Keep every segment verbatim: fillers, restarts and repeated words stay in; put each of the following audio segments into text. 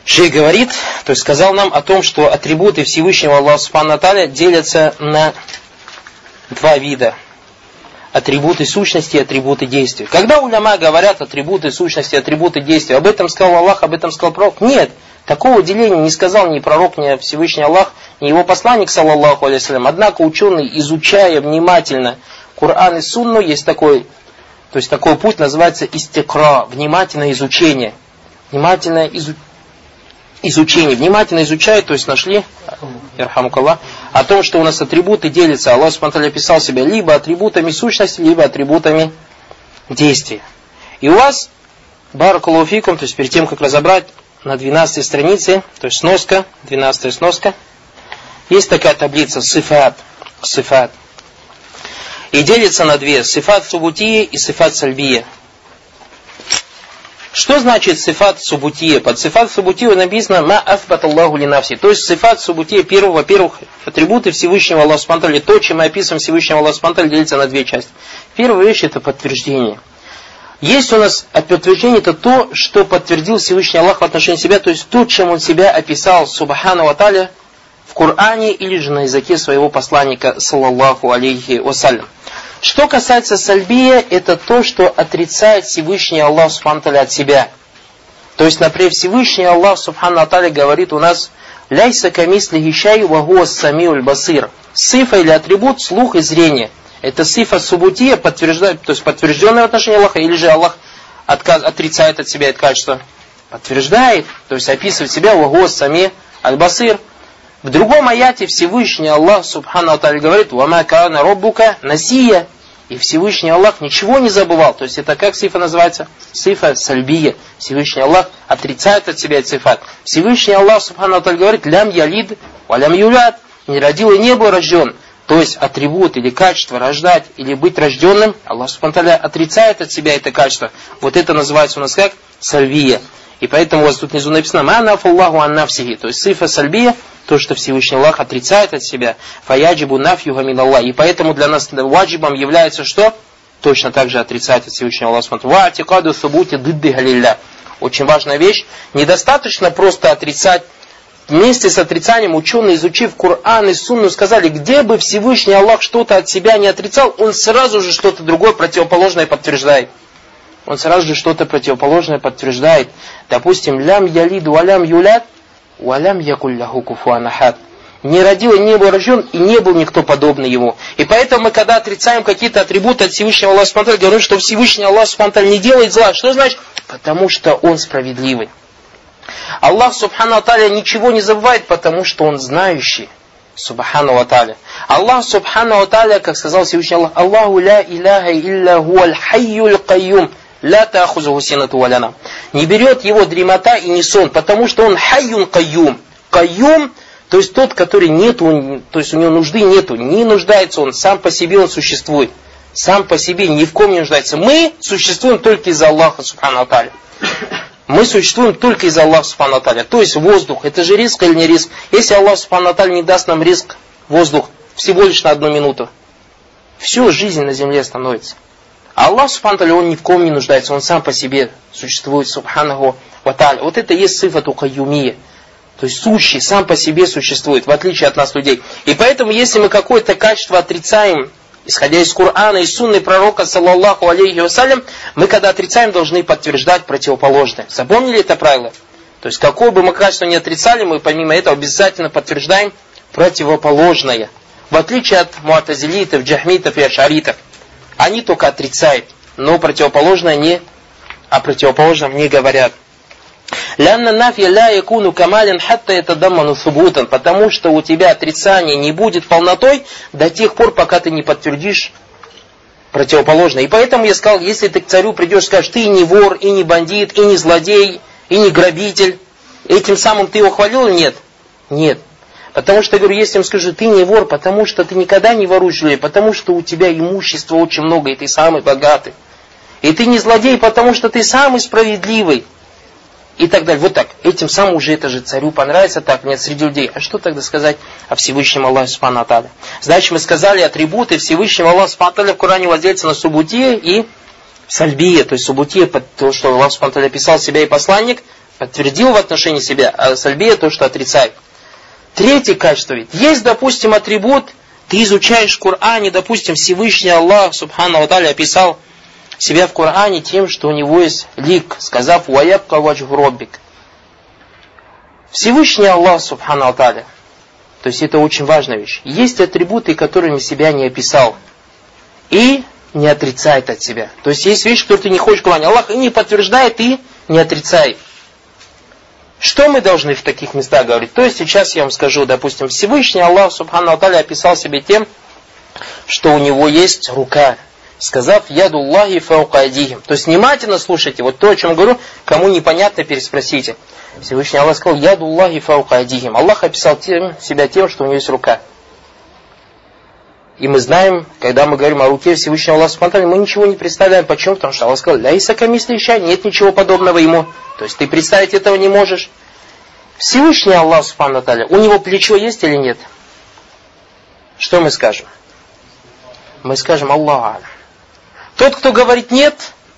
Шейх говорит, то есть сказал нам о том, что атрибуты Всевышнего Аллаха Субхану ва Тааля делятся на два вида. Атрибуты сущности и атрибуты действия. Когда уляма говорят атрибуты сущности, атрибуты действия, об этом сказал Аллах, об этом сказал пророк? Нет. Такого деления не сказал ни пророк, ни Всевышний Аллах, ни его посланник, саллаллаху алейхи вассалям. Однако ученые, изучая внимательно Коран и Сунну, есть такой, то есть такой путь называется истикра, внимательное изучение. Внимательное изучение. Изучение, внимательно изучают, то есть нашли, ирхамукаллах, о том, что у нас атрибуты делятся. Аллах субхану ва тааля описал себя либо атрибутами сущности, либо атрибутами действия. И у вас, баракаллаху фикум, то есть перед тем, как разобрать на двенадцатой странице, то есть сноска, двенадцатая сноска, есть такая таблица сифат, сифат. И делится на две, сифат субутия и сифат сальбия. Что значит сифат субутия? Под сифат субутия написано «Ма афбат Аллаху ли нафси». То есть сифат субутия, первого, во-первых, атрибуты Всевышнего Аллаха Субхану ва Тааля, то, чем мы описываем Всевышнего Аллаха Субхану ва Тааля, делится на две части. Первая вещь – это подтверждение. Есть у нас подтверждение, это то, что подтвердил Всевышний Аллах в отношении себя, то есть то, чем он себя описал Субхану ва Тааля в Коране или же на языке своего посланника, саллаллаху алейхи вассалям. Что касается сальбия, это то, что отрицает Всевышний Аллах Субхану ва Тааля от себя. То есть, например, Всевышний Аллах Субхану ва Тааля говорит у нас «Ляйса камислихи шай ва хуа ас-самиуль басир». Сифа или атрибут слух и зрение. Это сифа субутия, подтверждает, то есть подтвержденное в отношении Аллаха, или же Аллах отказ, отрицает от себя это качество? Подтверждает, то есть описывает себя «ва хуа ас-сами аль-басир». В другом аяте Всевышний Аллах Субхану ва Тааля говорит «Вама каана роббука насия». И Всевышний Аллах ничего не забывал. То есть это как сифа называется? Сифа сальбия. Всевышний Аллах отрицает от себя этот сифат. Всевышний Аллах Субхану ва Тааля говорит «Лям ялид, ва лям юляд». Не родил и не был рожден. То есть атрибут или качество рождать или быть рожденным, Аллах Субхану ва Тааля отрицает от себя это качество. Вот это называется у нас как? Сальбия. И поэтому у вас тут внизу написано «Ма нафаллаху ан нафсихи». То есть сифа сальбия, то, что Всевышний Аллах отрицает от себя. «Фаяджибу нафьюха мин Аллах». И поэтому для нас ваджибом является что? Точно так же отрицает от Всевышнего Аллаха. «Ва атикаду субути дидди галилля». Очень важная вещь. Недостаточно просто отрицать. Вместе с отрицанием ученые, изучив Коран и Сунну, сказали, где бы Всевышний Аллах что-то от себя не отрицал, он сразу же что-то другое противоположное подтверждает. Он сразу же что-то противоположное подтверждает. Допустим, «Лям ялиду валям юляд, валям якулляху куфуан ахад». Не родил и не был рожден, и не был никто подобный ему. И поэтому мы, когда отрицаем какие-то атрибуты от Всевышнего Аллаха Субхану ва Тааля, говорим, что Всевышний Аллах Субхану ва Тааля не делает зла. Что значит? Потому что он справедливый. Аллах Субхану ва Тааля ничего не забывает, потому что он знающий. Субхану ва Тааля. Аллах Субхану ва Тааля, как сказал Всевышний Аллах, Аллаху ля иляха илля хуаль хайюль кайюм. Ля таахузуху синату валяна. Не берет его дремота и не сон, потому что он хайюн кайюм. Кайюм, то есть тот, который нету, то есть у него нужды нету, не нуждается он, сам по себе он существует. Сам по себе ни в ком не нуждается. Мы существуем только из-за Аллаха Субхану ва Тааля. Мы существуем только из-за Аллаха Субхану ва Тааля. То есть воздух, это же риск или не риск? Если Аллах Субхану ва Тааля не даст нам риск, воздух, всего лишь на одну минуту, все, жизнь на земле становится. Аллах Субхану ва Тааля, он ни в ком не нуждается, он сам по себе существует, Субханаху ва Тааля. Вот это и есть сифату кайюмия. То есть сущий, сам по себе существует, в отличие от нас людей. И поэтому, если мы какое-то качество отрицаем, исходя из Корана и Сунны пророка, саллаллаху алейхи вассалям, мы, когда отрицаем, должны подтверждать противоположное. Запомнили это правило? То есть, какое бы мы качество ни отрицали, мы помимо этого обязательно подтверждаем противоположное. В отличие от муатазилитов, джахмитов и ашаритов. Они только отрицают, но противоположное не, о противоположном не говорят. «Лянна нафья ля якуну камалин хатта ятадамману субутан», потому что у тебя отрицание не будет полнотой до тех пор, пока ты не подтвердишь противоположное. И поэтому я сказал, если ты к царю придешь и скажешь, ты не вор, и не бандит, и не злодей, и не грабитель, этим самым ты его хвалил или нет? Нет. Потому что, я говорю, если им скажу, ты не вор, потому что ты никогда не воруешь людей, потому что у тебя имущества очень много, и ты самый богатый. И ты не злодей, потому что ты самый справедливый. И так далее. Вот так. Этим самым уже это же царю понравится, так нет среди людей. А что тогда сказать о Всевышнем Аллахе Субхану ва Тааля? Значит, мы сказали атрибуты Всевышнего Аллаха Субхану ва Тааля в Коране воздействуются на субутия и сальбия. То есть субутия, то, что Аллах Субхану ва Тааля писал себя и посланник, подтвердил в отношении себя, а сальбия то, что отрицает. Третье качество. Есть, допустим, атрибут, ты изучаешь в Коране, допустим, Всевышний Аллах, субхану ва тааля, описал себя в Коране тем, что у него есть лик, сказав «Ваябка ваджху роббик». Всевышний Аллах, субхану ва тааля, то есть это очень важная вещь. Есть атрибуты, которыми себя не описал и не отрицает от себя. То есть есть вещи, которые ты не хочешь в Коране. Аллах и не подтверждает, и не отрицает. Что мы должны в таких местах говорить? То есть сейчас я вам скажу, допустим, Всевышний Аллах, субхану ва тааля, описал себя тем, что у него есть рука, сказав «Ядуллахи фаука айдихим». То есть внимательно слушайте, вот то, о чем говорю, кому непонятно, переспросите. Всевышний Аллах сказал «Ядуллахи фаука айдихим». Аллах описал тем, себя тем, что у него есть рука. И мы знаем, когда мы говорим о руке Всевышнего Аллаха субхану ва тааля, мы ничего не представляем. Почему? Потому что Аллах сказал «Ляйса камисли шай», нет ничего подобного ему. То есть ты представить этого не можешь. Всевышний Аллах субхану ва тааля, у него плечо есть или нет? Что мы скажем? Мы скажем «Аллах». Тот, кто говорит «нет»,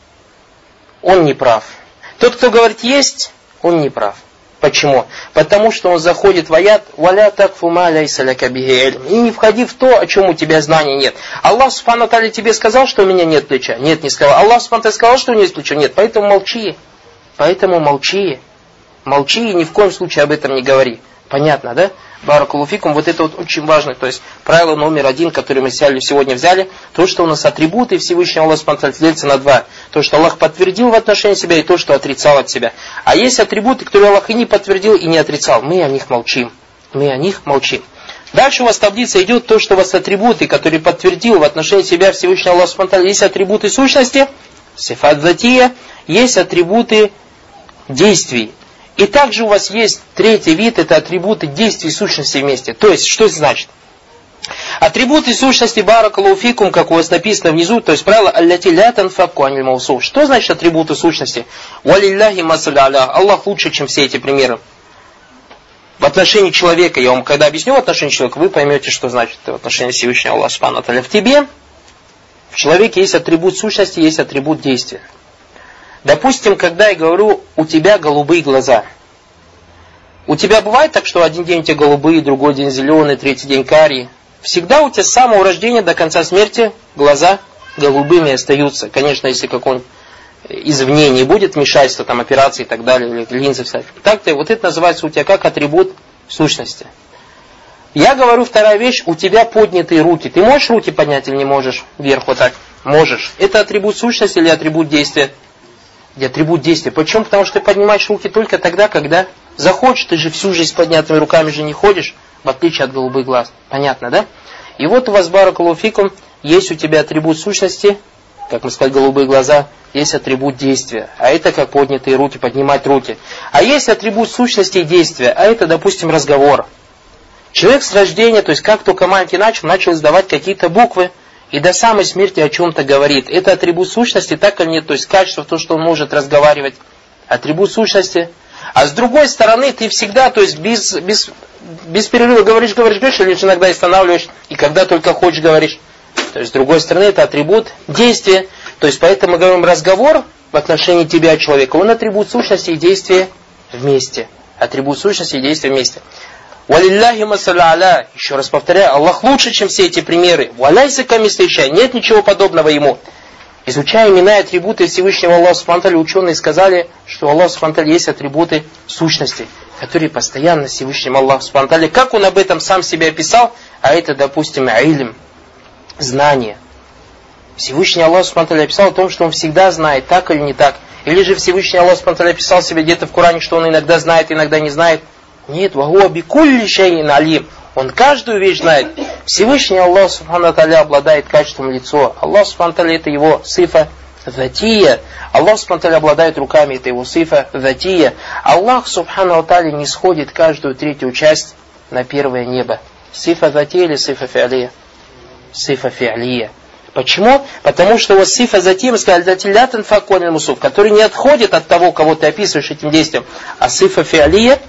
он не прав. Тот, кто говорит «есть», он не прав. Почему? Потому что он заходит в аят «Валя такфу ма ляйса ляка бихи илм». И не входи в то, о чем у тебя знания нет. Аллах субхану ва тааля тебе сказал, что у меня нет плеча? Нет, не сказал. Аллах субхану ва тааля сказал, что у него есть плечо? Нет. Поэтому молчи. Поэтому молчи. Молчи и ни в коем случае об этом не говори. Понятно, да? Баракаллаху фикум. Вот это вот очень важно. То есть правило номер один, которое мы сегодня взяли, то, что у нас атрибуты Всевышнего Аллаха субхану ва тааля делятся на два. То, что Аллах подтвердил в отношении себя, и то, что отрицал от себя. А есть атрибуты, которые Аллах и не подтвердил, и не отрицал. Мы о них молчим. Мы о них молчим. Дальше у вас таблица идет то, что у вас атрибуты, которые подтвердил в отношении себя Всевышний Аллах субхану ва тааля. Есть атрибуты сущности, сифат затия, есть атрибуты действий. И также у вас есть третий вид, это атрибуты действий сущности вместе. То есть, что это значит? Атрибуты сущности баракаллаху фикум, как у вас написано внизу, то есть правило аллати ля танфаку аниль маусуф. Что значит атрибуты сущности? Валилляхи масаль аля. Аллах лучше, чем все эти примеры. В отношении человека, я вам когда объясню в отношении человека, вы поймете, что значит в отношении Всевышнего Аллаха субхану ва тааля. В тебе, в человеке есть атрибут сущности, есть атрибут действия. Допустим, когда я говорю, у тебя голубые глаза. У тебя бывает так, что один день у тебя голубые, другой день зеленый, третий день карие. Всегда у тебя с самого рождения до конца смерти глаза голубыми остаются. Конечно, если какой-нибудь извне не будет вмешательства, там операции и так далее, или линзы всякие. Так-то вот это называется у тебя как атрибут сущности. Я говорю, вторая вещь, у тебя поднятые руки. Ты можешь руки поднять или не можешь? Вверх вот так. Можешь. Это атрибут сущности или атрибут действия? Атрибут действия. Почему? Потому что ты поднимаешь руки только тогда, когда захочешь. Ты же всю жизнь с поднятыми руками же не ходишь, в отличие от голубых глаз. Понятно, да? И вот у вас, баракаллаху фикум, есть у тебя атрибут сущности, как мы сказали, голубые глаза, есть атрибут действия. А это как поднятые руки, поднимать руки. А есть атрибут сущности и действия. А это, допустим, разговор. Человек с рождения, то есть как только маленький начал, начал издавать какие-то буквы, и до самой смерти о чем-то говорит. Это атрибут сущности, так или нет? То есть качество, то, что он может разговаривать. Атрибут сущности. А с другой стороны, ты всегда, то есть без, без, без перерыва говоришь, говоришь, говоришь, или иногда останавливаешь, и когда только хочешь говоришь. То есть с другой стороны, это атрибут действия. То есть поэтому мы говорим разговор в отношении тебя, человека, он атрибут сущности и действия вместе. Атрибут сущности и действия вместе. Валилляхи масаль аля. Еще раз повторяю, Аллах лучше, чем все эти примеры. Валяйся камисли шай. Нет ничего подобного ему. Изучая имена и атрибуты Всевышнего Аллаха субхану ва тааля, ученые сказали, что у Аллаха субхану ва тааля есть атрибуты сущности, которые постоянно Всевышнему Аллаху субхану ва тааля. Как он об этом сам себе описал? А это, допустим, илм, знание. Всевышний Аллах субхану ва тааля описал о том, что он всегда знает, так или не так. Или же Всевышний Аллах субхану ва тааля описал себе где-то в Коране, что он иногда знает, иногда не знает. Нет, вахуа бикулли шайин алим. Он каждую вещь знает. Всевышний Аллах субхану ва тааля обладает качеством лицо. Аллах субхану ва тааля это его сифа затия. Аллах субхану ва тааля обладает руками, это его сифа затия. Аллах субхану ва тааля не сходит каждую третью часть на первое небо. Сифа затия или сифа фиалия? Сифа фиалия. Почему? Потому что вот сифа затия, мы сказали, затилятан факуанил мусуф, который не отходит от того, кого ты описываешь этим действием. А сифа фиалия,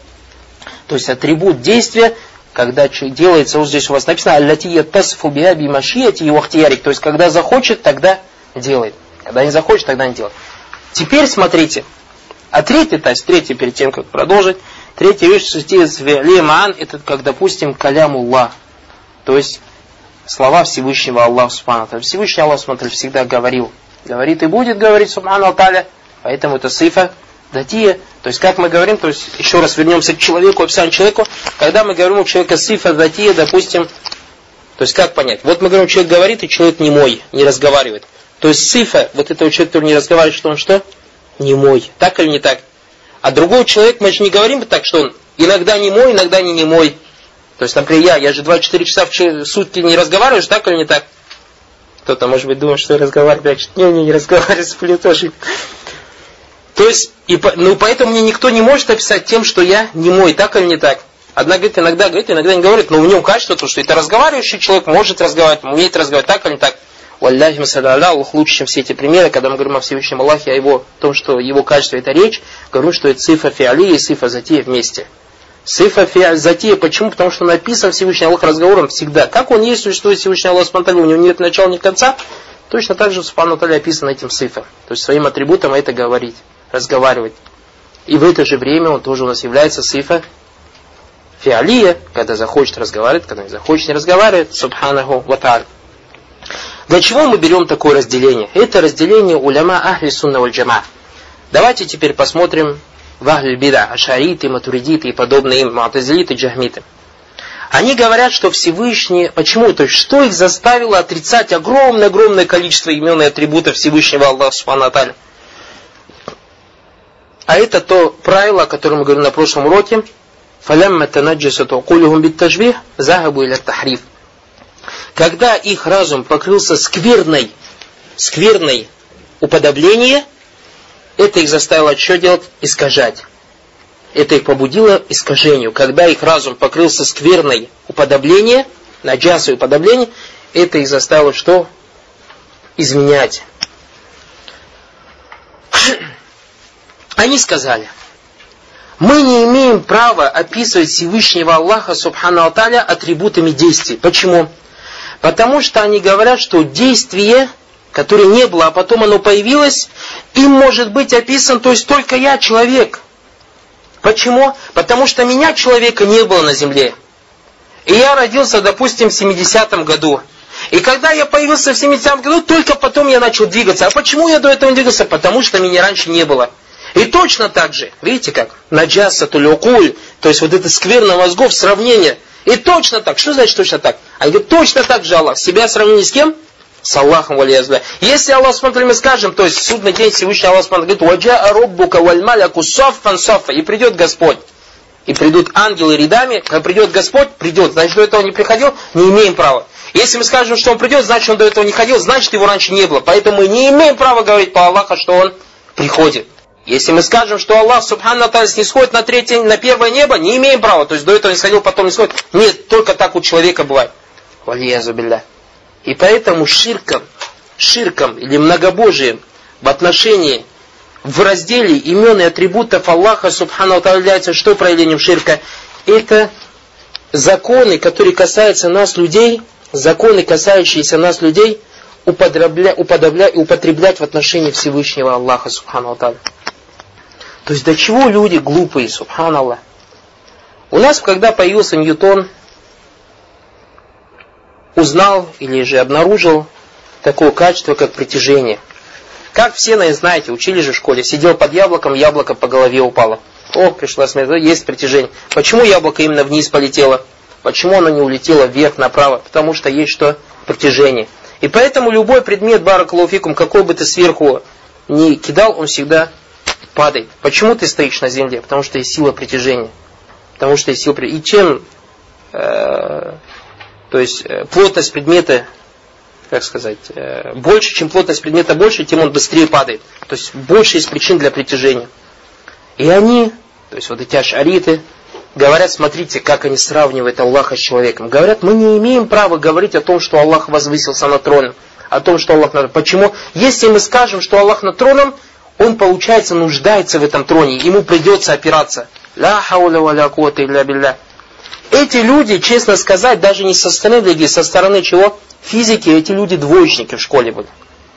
то есть атрибут действия, когда делается, вот здесь у вас написано, аллатия тасфу биа би машияти и вахтиярик, то есть когда захочет, тогда делает. Когда не захочет, тогда не делает. Теперь смотрите, А третий, то есть третий, перед тем, как продолжить, третья вещь, лиман, это как, допустим, калямуллах, то есть слова Всевышнего Аллаха Субхану Тааля. Всевышний Аллах Субхану Тааля всегда говорил, говорит и будет говорить Субхану Тааля, поэтому это сифа датия. То есть, как мы говорим, то есть, еще раз вернемся к человеку, описанию человеку, когда мы говорим у человека сифа датия, допустим, то есть, как понять? Вот мы говорим, человек говорит, и человек немой, не разговаривает. То есть, сифа вот этого человека, который не разговаривает, что он что? Немой. Так или не так? А другой человек, мы же не говорим так, что он иногда немой, иногда не немой. То есть, например, я, я же двадцать четыре часа в сутки не разговариваешь, так или не так? Кто-то, может быть, думает, что я разговариваю, значит, не, не, не разговариваю, сплю тоже. То есть, и, ну, поэтому мне никто не может описать тем, что я немой, так или не так? Одна говорит, иногда говорит, иногда не говорит, но в нем качество то, что это разговаривающий человек может разговаривать, умеет разговаривать, так или не так? Валляхи масалля Аллах лучше, чем все эти примеры, когда мы говорим о Всевышнем Аллахе, о его, о том, что его качество это речь, говорю, что это цифа фиали и цифа затия вместе. Цифа фиали затия, почему? Потому что написан Всевышний Аллах разговором всегда. Как он есть, существует Всевышний Аллах Субхану, у него нет начала, нет конца, точно так же Субхану Тааля описан этим цифа. То есть своим атрибутом это говорить, разговаривать. И в это же время он тоже у нас является цифа фиалия, когда захочет разговаривать, когда не захочет не разговаривает, Субханаху ва Тааля. Для чего мы берем такое разделение? Это разделение уляма ахли сунна валь джама. Давайте теперь посмотрим в ахли бида, ашариты, матуридиты и подобные им, муатазилиты, джахмиты. Они говорят, что Всевышний, почему? То есть, что их заставило отрицать огромное-огромное количество имен и атрибутов Всевышнего Аллаха Субхану Тааля? А это то правило, о котором мы говорили на прошлом уроке. فَلَمَّا تَنَجَّسَتْ عُقُولُهُمْ بِالتَّشْبِيهِ ذَهَبُوا إِلَى التَّحْرِيفِ. Когда их разум покрылся скверной, скверной уподобление, это их заставило что делать? Искажать. Это их побудило искажению. Когда их разум покрылся скверной уподобление, наджасой уподобление, это их заставило что? Изменять. Они сказали, мы не имеем права описывать Всевышнего Аллаха Субхану Тааля атрибутами действий. Почему? Потому что они говорят, что действие, которое не было, а потом оно появилось, им может быть описан, то есть только я человек. Почему? Потому что меня, человека, не было на земле. И я родился, допустим, в семидесятом году. И когда я появился в семидесятом году, только потом я начал двигаться. А почему я до этого не двигался? Потому что меня раньше не было. И точно так же, видите как? Наджаса тулюкуль, то есть вот это скверно мозгов, сравнение. И точно так. Что значит точно так? Они говорят, точно так же Аллах. Себя сравнили с кем? С Аллахом, валиязбля. Если Аллах смотрит, мы скажем, то есть в судный день Всевышний Аллах смотрит, говорит, «Ваджа роббука валь маляку соффан соффа». И придет Господь. И придут ангелы рядами. Когда придет Господь, придет. Значит, до этого не приходил, не имеем права. Если мы скажем, что он придет, значит, он до этого не ходил, значит, его раньше не было. Поэтому мы не имеем права говорить по Аллаху, что он приходит. Если мы скажем, что Аллах Субхану Тааля снисходит на третье, на первое небо, не имеем права. То есть до этого не сходил, потом не сходит. Нет, только так у человека бывает. Валиязу билля. И поэтому ширком, ширком или многобожием в отношении, в разделе имен и атрибутов Аллаха Субхану Тааля является что проявлением ширка? Это законы, которые касаются нас, людей, законы, касающиеся нас, людей, уподоблять, уподоблять, употреблять в отношении Всевышнего Аллаха Субхану Тааля. То есть до чего люди глупые, субханаллах. У нас, когда появился Ньютон, узнал или же обнаружил такое качество, как притяжение. Как все, наверное, знаете, учили же в школе. Сидел под яблоком, яблоко по голове упало. О, пришла смерть, есть притяжение. Почему яблоко именно вниз полетело? Почему оно не улетело вверх, направо? Потому что есть что? Притяжение. И поэтому любой предмет, баракаллаху фикум, какой бы ты сверху ни кидал, он всегда падает. Почему ты стоишь на земле? Потому что есть сила притяжения. Потому что есть сила притяжения. И чем э, то есть э, плотность предмета, как сказать, э, больше, чем плотность предмета больше, тем он быстрее падает. То есть больше есть причин для притяжения. И они, то есть вот эти ашариты, говорят, смотрите, как они сравнивают Аллаха с человеком. Говорят, мы не имеем права говорить о том, что Аллах возвысился над троном. О том, что Аллах над троном. Почему? Если мы скажем, что Аллах над троном, он, получается, нуждается в этом троне. Ему придется опираться. Ла хауля ва ля куввата илля билля. Эти люди, честно сказать, даже не со стороны религии, со стороны чего? Физики, эти люди двоечники в школе были.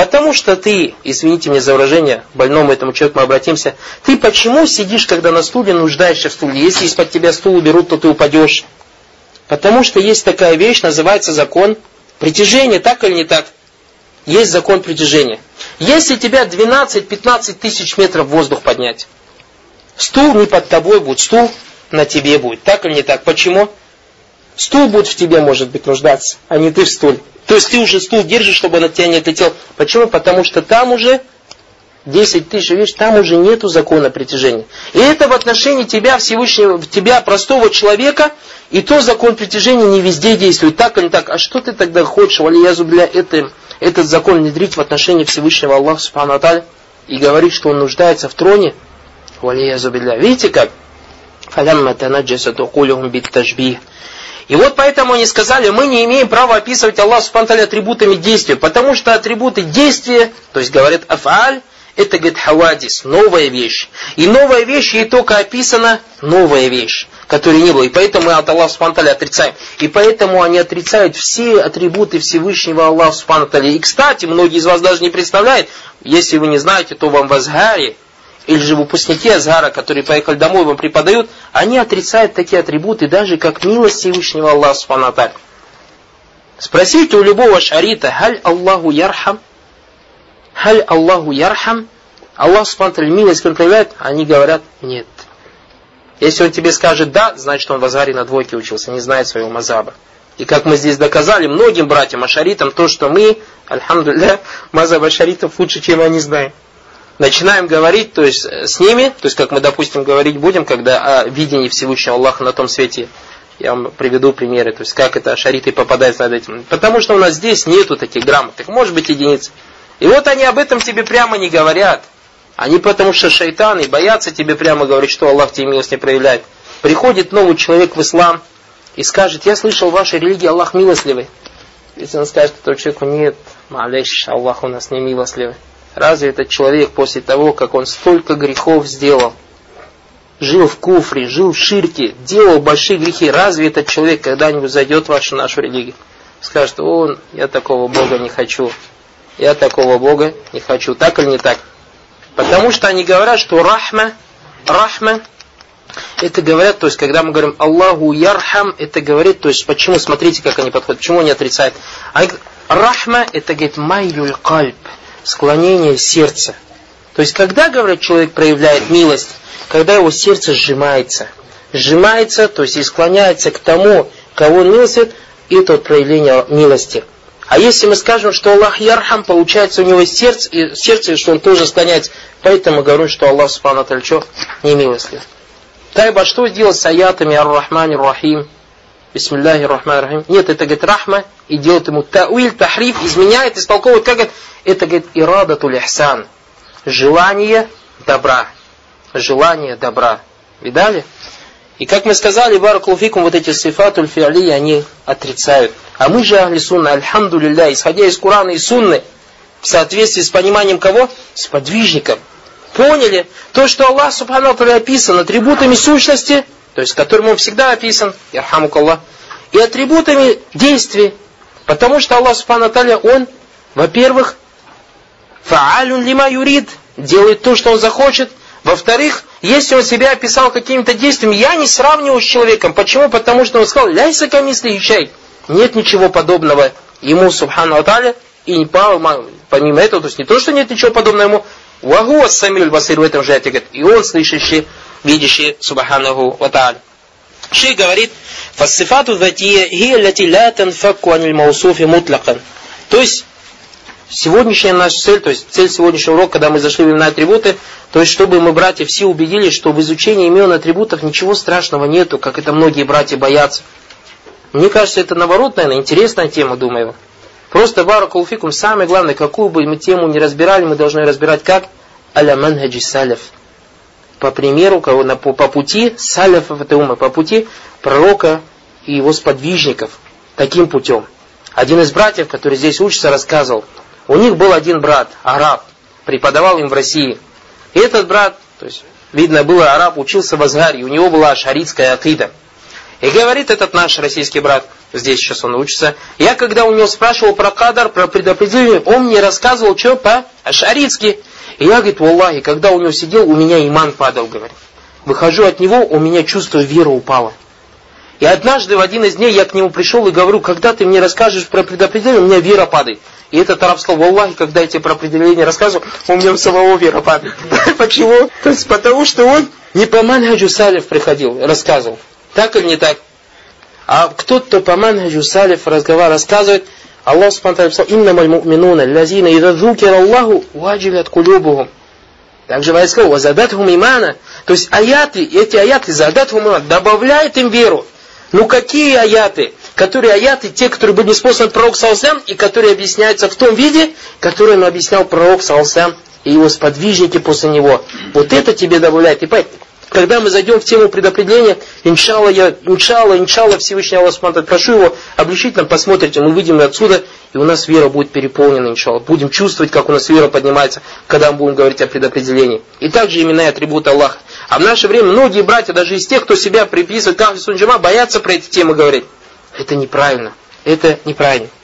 Потому что ты, извините меня за выражение, больному этому человеку мы обратимся, ты почему сидишь, когда на стуле, нуждаешься в стуле? Если из-под тебя стул уберут, то ты упадешь. Потому что есть такая вещь, называется закон притяжения, так или не так? Есть закон притяжения. Если тебя двенадцать-пятнадцать тысяч метров в воздух поднять, стул не под тобой будет, стул на тебе будет, так или не так? Почему? Стул будет в тебе, может быть, нуждаться, а не ты в стуле. То есть ты уже стул держишь, чтобы он от тебя не отлетел. Почему? Потому что там уже десять тысяч, видишь, там уже нету закона притяжения. И это в отношении тебя, Всевышнего, тебя, простого человека, и то закон притяжения не везде действует, так или не так. А что ты тогда хочешь, валиязу бля, это, этот закон внедрить в отношении Всевышнего Аллаха Субхану ва Тааля и говорить, что он нуждается в троне? Валиязу бля. Видите как? فَلَمَّا تَنَجَّسَتْ عُقُولُهُمْ بِالتَّشْبِيهِ. И вот поэтому они сказали, мы не имеем права описывать Аллаха Субхану ва Тааля атрибутами действия, потому что атрибуты действия, то есть говорят аф'аль, это, говорит, хавадис, новая вещь. И новая вещь, ей только описана новая вещь, которой не было. И поэтому мы от Аллаха Субхану ва Тааля отрицаем. И поэтому они отрицают все атрибуты Всевышнего Аллаха Субхану ва Тааля. И, кстати, многие из вас даже не представляют, если вы не знаете, то вам в Азгаре, или же выпускники Азгара, которые поехали домой, вам преподают, они отрицают такие атрибуты, даже как милость Всевышнего Аллаха Субхану ва Тааля. Спросите у любого шарита, «Халь Аллаху ярхам?» «Халь Аллаху ярхам?» Аллах Субхану ва Тааля милость он проявляет? Они говорят, нет. Если он тебе скажет «да», значит он в Азгаре на двойке учился, не знает своего мазаба. И как мы здесь доказали многим братьям ашаритам, то, что мы, альхамдулилля, мазаб ашаритов лучше, чем они знаем. Начинаем говорить, то есть с ними, то есть как мы, допустим, говорить будем, когда о видении Всевышнего Аллаха на том свете. Я вам приведу примеры, то есть как это ашариты попадают над этим. Потому что у нас здесь нету таких грамотных, может быть единиц. И вот они об этом тебе прямо не говорят. Они потому что шайтаны боятся тебе прямо говорить, что Аллах тебе милость не проявляет. Приходит новый человек в ислам и скажет, я слышал, в вашей религии Аллах милостливый. Если он скажет этому человеку, нет, малейш, Аллах у нас не милостливый. Разве этот человек после того, как он столько грехов сделал, жил в куфре, жил в ширке, делал большие грехи, разве этот человек когда-нибудь зайдет в вашу нашу религию? Скажет, о, я такого Бога не хочу, я такого Бога не хочу, так или не так? Потому что они говорят, что рахма, рахма, это говорят, то есть когда мы говорим Аллаху ярхам, это говорит, то есть почему, смотрите, как они подходят, почему они отрицают. Они говорят, рахма, это говорит майлюль кальб, склонение сердца. То есть, когда, говорят, человек проявляет милость, когда его сердце сжимается. Сжимается, то есть, и склоняется к тому, кого он милостит, это вот проявление милости. А если мы скажем, что Аллах ярхам, получается у него сердце, и сердце, что он тоже склоняется. Поэтому говорю, что Аллах Субхану ва Тааля не милостлив. Тайба, что делать с аятами ар-Рахмани ар-Рахим? Бисмиллахи ар-Рахмани ар-Рахим. Нет, это, говорит, рахма, и делает ему тауиль, тахриф, изменяет, истолковывает, как это? Это, говорит, ирадатуль ихсан. Желание добра. Желание добра. Видали? И как мы сказали, баракулуфикум, вот эти сифатуль фи'али, они отрицают. А мы же, ахли сунна, альхамдулилля, исходя из Курана и сунны, в соответствии с пониманием кого? С подвижником. Поняли? То, что Аллах Субхану ва Тааля описан атрибутами сущности, то есть которым он всегда описан, ярхамукаллах, и атрибутами действий. Потому что Аллах Субхану ва Тааля, он, во-первых, фа'алюн лима юрид, делает то, что он захочет. Во-вторых, если он себя описал какими-то действиями, я не сравниваю с человеком. Почему? Потому что он сказал, ляйса камисли ичай. Нет ничего подобного ему, Субхану ва Тааля, и не помимо этого, то есть не то, что нет ничего подобного ему, ваху ас-самиль басир, в этом же аяте говорит, и он слышащий, видящий, Субханаху ва Тааля. Шейх говорит, фассифату затия хия лати ля танфакку аниль маусуфи мутлакан. То есть, сегодняшняя наша цель, то есть цель сегодняшнего урока, когда мы зашли в имена атрибуты, то есть чтобы мы, братья, все убедились, что в изучении имен атрибутов ничего страшного нету, как это многие братья боятся. Мне кажется, это наоборот, наверное, интересная тема, думаю. Просто баракулуфикум, самое главное, какую бы мы тему ни разбирали, мы должны разбирать как? Аля манхаджи саляф. По примеру, кого, по, по пути саляфов этой уммы, по пути пророка и его сподвижников. Таким путем. Один из братьев, который здесь учится, рассказывал, у них был один брат, араб, преподавал им в России. И этот брат, то есть, видно было, араб учился в Азгаре, у него была ашаритская акида. И говорит этот наш российский брат, здесь сейчас он учится, я когда у него спрашивал про кадар, про предопределение, он мне рассказывал, что по-ашаритски. И я, говорит, валлахи, когда у него сидел, у меня иман падал, говорит. Выхожу от него, у меня чувство веры упало. И однажды в один из дней я к нему пришел и говорю, когда ты мне расскажешь про предопределение, у меня вера падает. И этот араб сказал, валлахи, когда я тебе про определение рассказывал, у меня у самого вера падает. Почему? То есть потому что он не по манхаджу салиф приходил, рассказывал. Так или не так? А кто-то по манхаджу салиф разговаривает, рассказывает, Аллах субхану ва тааля сказал, иннамаль му'минуна аллазина идза зукира Аллаху ваджилят кулюбухум. Также в сказал, вазадатхум имана. То есть аяты, эти аяты задатхум иман, добавляют им веру. Ну какие аяты? Которые аяты, те, которые были неспосланы пророк саллаллаху и которые объясняются в том виде, который нам объяснял пророк саллаллаху и его сподвижники после него. Вот это тебе добавляет. И поэтому, когда мы зайдем в тему предопределения, иншалла, я, иншалла, иншалла, Всевышний Аллах субхану ва тааля, прошу его облегчить нам, посмотрите, мы выйдем отсюда, и у нас вера будет переполнена, иншалла. Будем чувствовать, как у нас вера поднимается, когда мы будем говорить о предопределении. И также имена и атрибуты Аллаха. А в наше время многие братья, даже из тех, кто себя приписывает к ахлю сунна валь джамаа, боятся про эти темы говорить. Это неправильно. Это неправильно.